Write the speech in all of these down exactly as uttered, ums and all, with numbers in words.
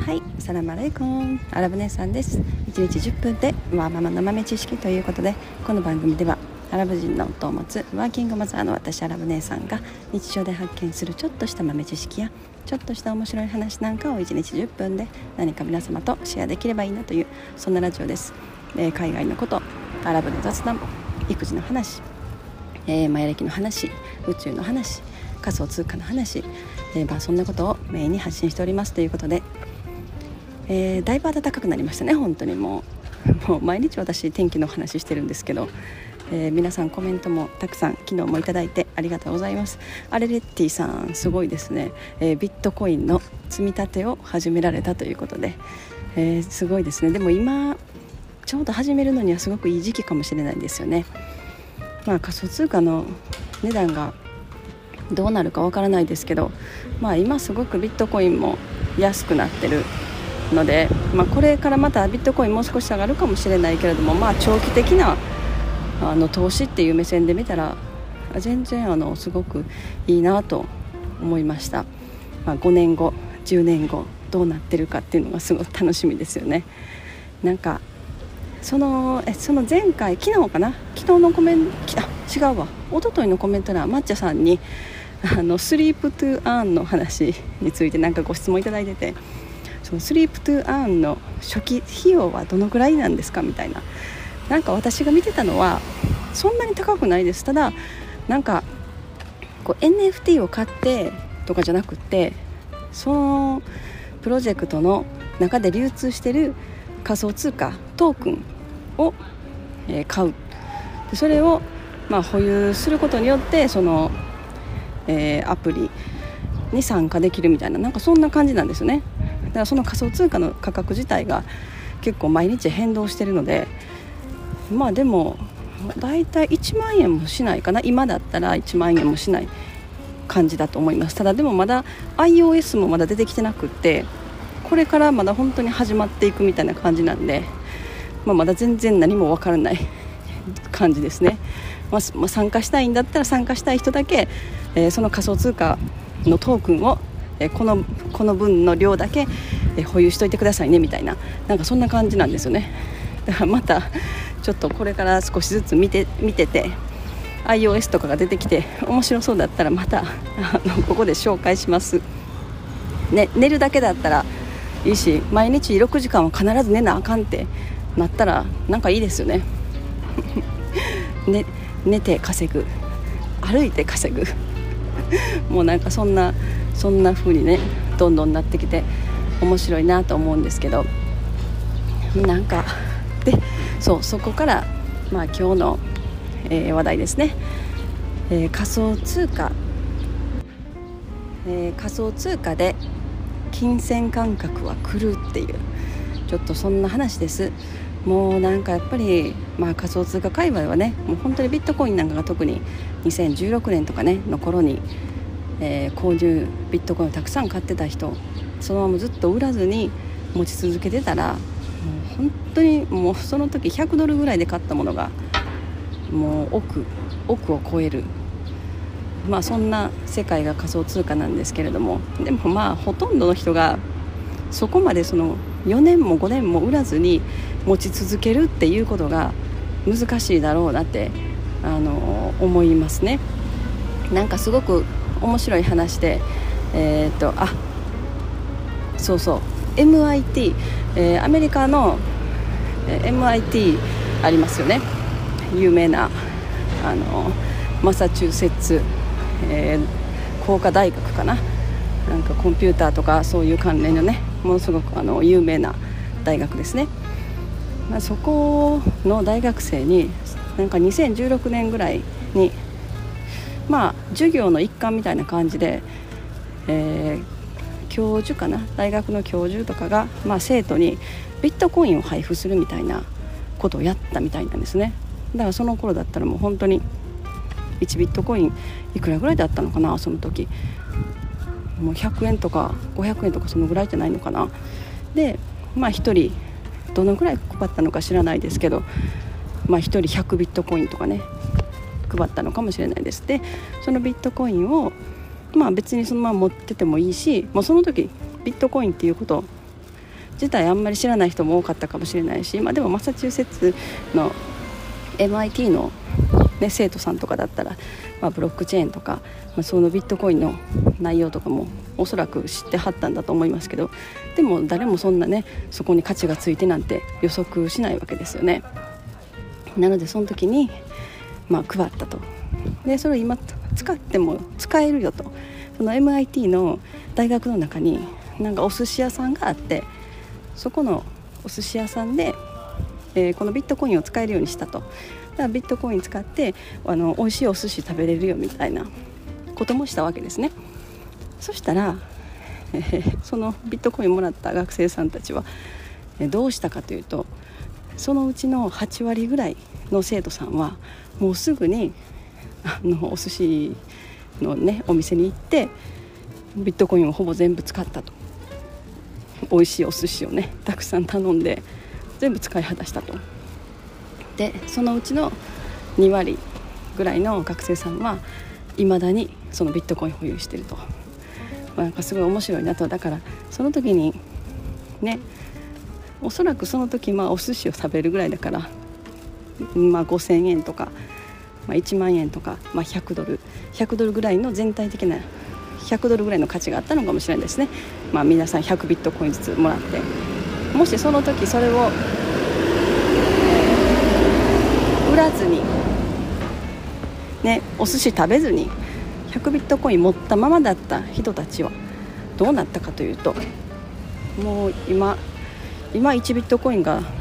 はい、サラマレイコン、アラブ姉さんです。いちにちじゅっぷんでワーママの豆知識ということで、この番組ではアラブ人の夫を持つワーキングマザーの私アラブ姉さんが日常で発見するちょっとした豆知識やちょっとした面白い話なんかをいちにちじゅっぷんで何か皆様とシェアできればいいなという、そんなラジオです。えー、海外のこと、アラブの雑談、育児の話、えー、マヤ歴の話、宇宙の話、仮想通貨の話、えーまあ、そんなことをメインに発信しておりますということで、えー、だいぶ暖かくなりましたね。本当にもう、もう毎日私天気の話してるんですけど、えー、皆さんコメントもたくさん昨日もいただいてありがとうございます。アレレッティさんすごいですね、えー、ビットコインの積み立てを始められたということで、えー、すごいですね。でも今ちょうど始めるのにはすごくいい時期かもしれないんですよね。まあ仮想通貨の値段がどうなるかわからないですけど、まあ、今すごくビットコインも安くなってるので、まあ、これからまたビットコインもう少し下がるかもしれないけれども、まあ、長期的なあの投資っていう目線で見たら全然あのすごくいいなと思いました。まあ、ごねんごじゅうねんごどうなってるかっていうのがすごく楽しみですよね。なんかそのえその前回昨日かな昨日のコメントあ違うわ一昨日のコメント欄抹茶さんにあのスリープトゥーアーンの話についてなんかご質問いただいてて、そのスリープトゥーアーンの初期費用はどのくらいなんですかみたいな。なんか私が見てたのはそんなに高くないです。ただなんかこう エヌエフティー を買ってとかじゃなくて、そのプロジェクトの中で流通してる仮想通貨トークンを、えー、買う。でそれを、まあ、保有することによってその、えー、アプリに参加できるみたいな、なんかそんな感じなんですよね。だからその仮想通貨の価格自体が結構毎日変動してるので、まあでもだいたいいちまんえんもしないかな。今だったらいちまんえんもしない感じだと思います。ただでもまだ iOS もまだ出てきてなくって、これからまだ本当に始まっていくみたいな感じなんで、まあ、まだ全然何も分からない感じですね。まあ、まあ、参加したいんだったら参加したい人だけ、えー、その仮想通貨のトークンを、えー、このこの分の量だけ、えー、保有しといてくださいねみたいな、なんかそんな感じなんですよね。だからまたちょっとこれから少しずつ見て見てて iOS とかが出てきて面白そうだったらまたあのここで紹介します、ね、寝るだけだったらいいし、毎日ろくじかんは必ず寝なあかんってなったらなんかいいですよね。ね、寝て稼ぐ、歩いて稼ぐもうなんかそんなそんな風にねどんどんなってきて面白いなと思うんですけど、なんかでそうそこから、まあ、今日の、えー、話題ですね、えー、仮想通貨、えー、仮想通貨で金銭感覚は狂うっていう、ちょっとそんな話です。もうなんかやっぱり、まあ、仮想通貨界隈はね、もう本当にビットコインなんかが特ににせんじゅうろくねんとかねの頃に、えー、購入ビットコインをたくさん買ってた人、そのままずっと売らずに持ち続けてたら、もう本当にもうその時ひゃくドルぐらいで買ったものがもう億億を超える、まあそんな世界が仮想通貨なんですけれども、でもまあほとんどの人がそこまでそのよねんもごねんも売らずに持ち続けるっていうことが難しいだろうなってあの思いますね。なんかすごく面白い話で、えー、っとあそうそう エムアイティー、えー、アメリカの、えー、エムアイティー ありますよね。有名なあのマサチューセッツ、えー、工科大学かな、なんかコンピューターとかそういう関連のね、ものすごくあの有名な大学ですね。まあ、そこの大学生になんかにせんじゅうろくねんぐらいに、まあ、授業の一環みたいな感じで、えー、教授かな大学の教授とかが、まあ、生徒にビットコインを配布するみたいなことをやったみたいなんですね。だからその頃だったらもう本当にいちビットコインいくらぐらいだったのかな、その時もうひゃくえんとかごひゃくえんとかそのぐらいじゃないのかな。でまあひとりどのぐらい配ったのか知らないですけど、まあひとりひゃくビットコインとかね配ったのかもしれないです。でそのビットコインをまあ別にそのまま持っててもいいし、もうその時ビットコインっていうこと自体あんまり知らない人も多かったかもしれないし、まあ、でもマサチューセッツの エムアイティー の、ね、生徒さんとかだったら、まあ、ブロックチェーンとか、まあ、そのビットコインの内容とかもおそらく知ってはったんだと思いますけど、でも誰もそんなねそこに価値がついてなんて予測しないわけですよね。なのでその時に、まあ、配ったと。でそれを今使っても使えるよと。その エムアイティー の大学の中になんかお寿司屋さんがあって、そこのお寿司屋さんで、えー、このビットコインを使えるようにしたと。だからビットコイン使ってあの美味しいお寿司食べれるよみたいなこともしたわけですね。そしたら、えー、そのビットコインもらった学生さんたちは、えー、どうしたかというと、そのうちのはち割ぐらいの生徒さんはもうすぐにあのお寿司のねお店に行ってビットコインをほぼ全部使ったと。美味しいお寿司をねたくさん頼んで全部使い果たしたと。でそのうちのに割ぐらいの学生さんはいまだにそのビットコイン保有していると。まあ、なんかすごい面白いなと。だからその時にね、おそらくその時まあお寿司を食べるぐらいだから、まあ、ごせんえんとか、まあ、いちまんえんとか、まあ、ひゃくドルひゃくドルぐらいの全体的なひゃくドルぐらいの価値があったのかもしれないですね。まあ、皆さんひゃくビットコインずつもらって、もしその時それを売らずに、ね、お寿司食べずにひゃくビットコイン持ったままだった人たちはどうなったかというと、もう今今いちビットコインが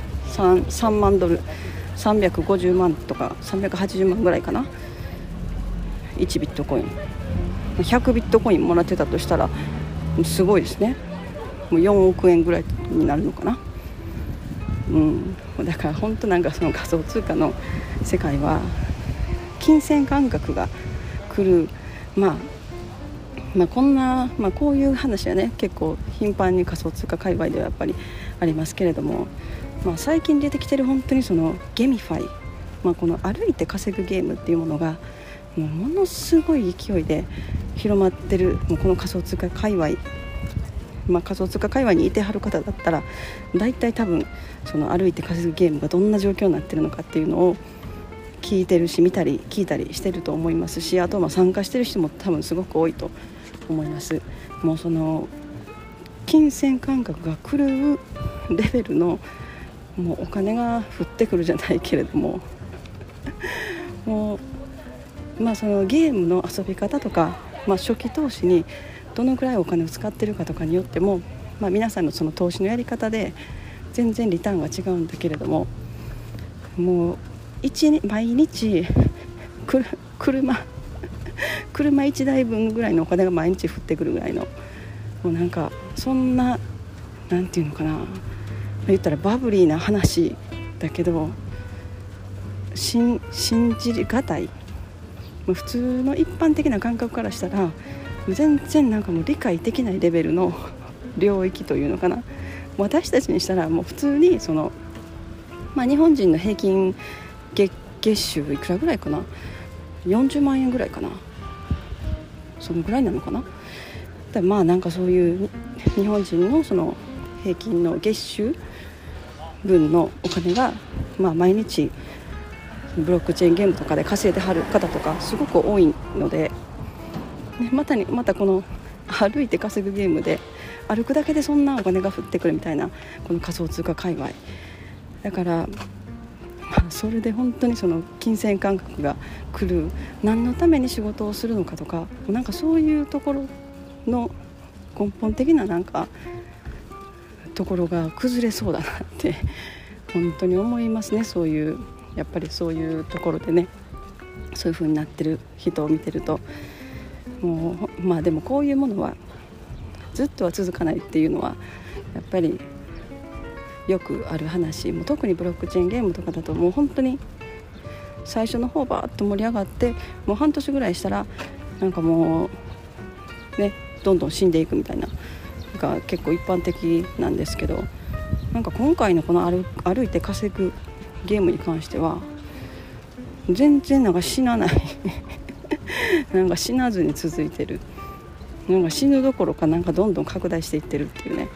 3, さんまんドルさんびゃくごじゅうまんとかさんびゃくはちじゅうまんぐらいかな。いちビットコインひゃくビットコインもらってたとしたらすごいですね。もうよんおくえんぐらいになるのかな。うん、だから本当なんかその仮想通貨の世界は金銭感覚が来る、まあ、まあこんな、まあ、こういう話はね結構頻繁に仮想通貨界隈ではやっぱりありますけれども、まあ、最近出てきてる本当にそのゲミファイ、まあ、この歩いて稼ぐゲームっていうものがもうものすごい勢いで広まってる。もうこの仮想通貨界隈、まあ、仮想通貨界隈にいてはる方だったら大体多分その歩いて稼ぐゲームがどんな状況になってるのかっていうのを聞いてるし見たり聞いたりしてると思いますし、あとまあ参加してる人も多分すごく多いと思います。もうその金銭感覚が狂うレベルのもうお金が降ってくるじゃないけれどももうまあ、そのゲームの遊び方とか、まあ、初期投資にどのくらいお金を使っているかとかによっても、まあ、皆さんのその投資のやり方で全然リターンが違うんだけれども、もう一日毎日車車いちだいぶんぐらいのお金が毎日降ってくるぐらいの、もうなんかそんななんていうのかな、言ったらバブリーな話だけど信じがたい、普通の一般的な感覚からしたら全然なんかもう理解できないレベルの領域というのかな。私たちにしたらもう普通にその、まあ、日本人の平均 月, 月収いくらぐらいかな、よんじゅうまんえんぐらいかな、そのぐらいなのかな。だまあなんかそういう日本人のその平均の月収分のお金が、まあ、毎日ブロックチェーンゲームとかで稼いではる方とかすごく多いので、ね、またにまたこの歩いて稼ぐゲームで歩くだけでそんなお金が降ってくるみたいなこの仮想通貨界隈だから、まあ、それで本当にその金銭感覚が来る、何のために仕事をするのかとか、なんかそういうところの根本的ななんかところが崩れそうだなって本当に思いますね。そういうやっぱりそういうところでね、そういう風になってる人を見てると、もうまあでもこういうものはずっとは続かないっていうのはやっぱりよくある話。もう特にブロックチェーンゲームとかだともう本当に最初の方バーッと盛り上がってもう半年ぐらいしたらなんかもうねどんどん死んでいくみたいなが結構一般的なんですけど、なんか今回のこの 歩, 歩いて稼ぐゲームに関しては全然なんか死なないなんか死なずに続いてる、なんか死ぬどころかなんかどんどん拡大していってるっていうね、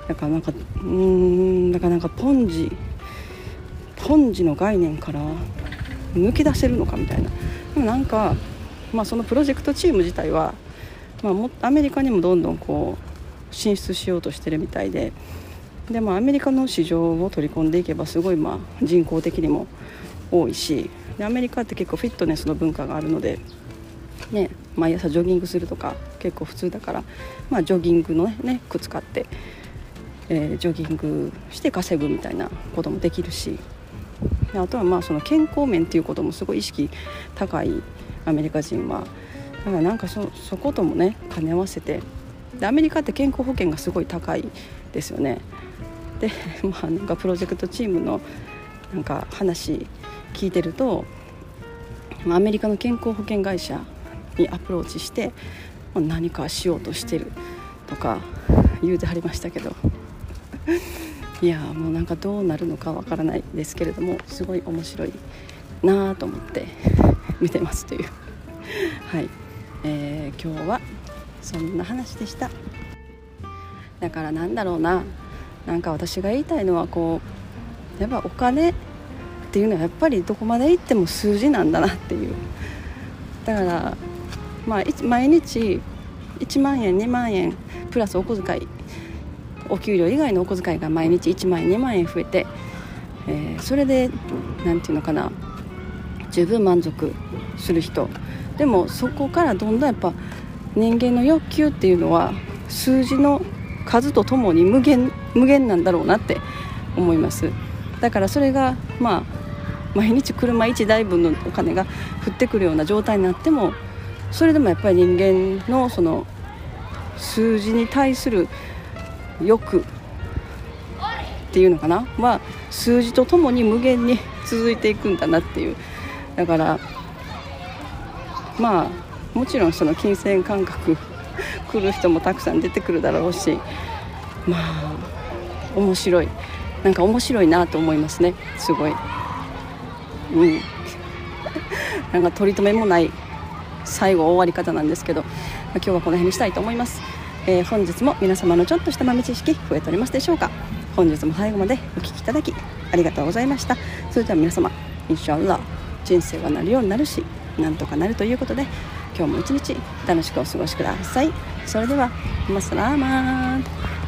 だからなんかうーんだからなんかポンジポンジの概念から抜け出せるのかみたいな。でもなんか、まあ、そのプロジェクトチーム自体は、まあ、もアメリカにもどんどんこう進出しようとしてるみたいで、で、まあ、アメリカの市場を取り込んでいけばすごい、まあ、人口的にも多いし、でアメリカって結構フィットネスの文化があるので、ね、毎朝ジョギングするとか結構普通だから、まあ、ジョギングの、ね、靴買って、えー、ジョギングして稼ぐみたいなこともできるし、あとはまあその健康面っていうこともすごい意識高いアメリカ人は。だからなんか そ, そこともね兼ね合わせて、でアメリカって健康保険がすごい高いですよね。で、まあ、なんかプロジェクトチームのなんか話聞いてると、アメリカの健康保険会社にアプローチして何かしようとしてるとか言うてはりましたけどいやもうなんかどうなるのかわからないですけれども、すごい面白いなと思って見てますというはい、えー、今日はそんな話でした。だからなんだろうな、なんか私が言いたいのはこうやっぱお金っていうのはやっぱりどこまで行っても数字なんだなっていう。だからまあ毎日いちまんえんにまんえんプラスお小遣い、お給料以外のお小遣いが毎日いちまんえんにまんえん増えて、えー、それでなんていうのかな、十分満足する人でも、そこからどんどんやっぱ人間の欲求っていうのは数字の数とともに無限無限なんだろうなって思います。だからそれがまあ毎日車いちだいぶんのお金が降ってくるような状態になっても、それでもやっぱり人間のその数字に対する欲っていうのかなは数字とともに無限に続いていくんだなっていう。だからまあもちろんその金銭感覚来る人もたくさん出てくるだろうし、まあ面白い、なんか面白いなと思いますね。すごい、うんなんか取り留めもない最後終わり方なんですけど、まあ、今日はこの辺にしたいと思います。えー、本日も皆様のちょっとした豆知識増えておりますでしょうか。本日も最後までお聞きいただきありがとうございました。それでは皆様、インシャアラ人生はなるようになるし、なんとかなるということで、今日も一日楽しくお過ごしください。それではマッサラーマー。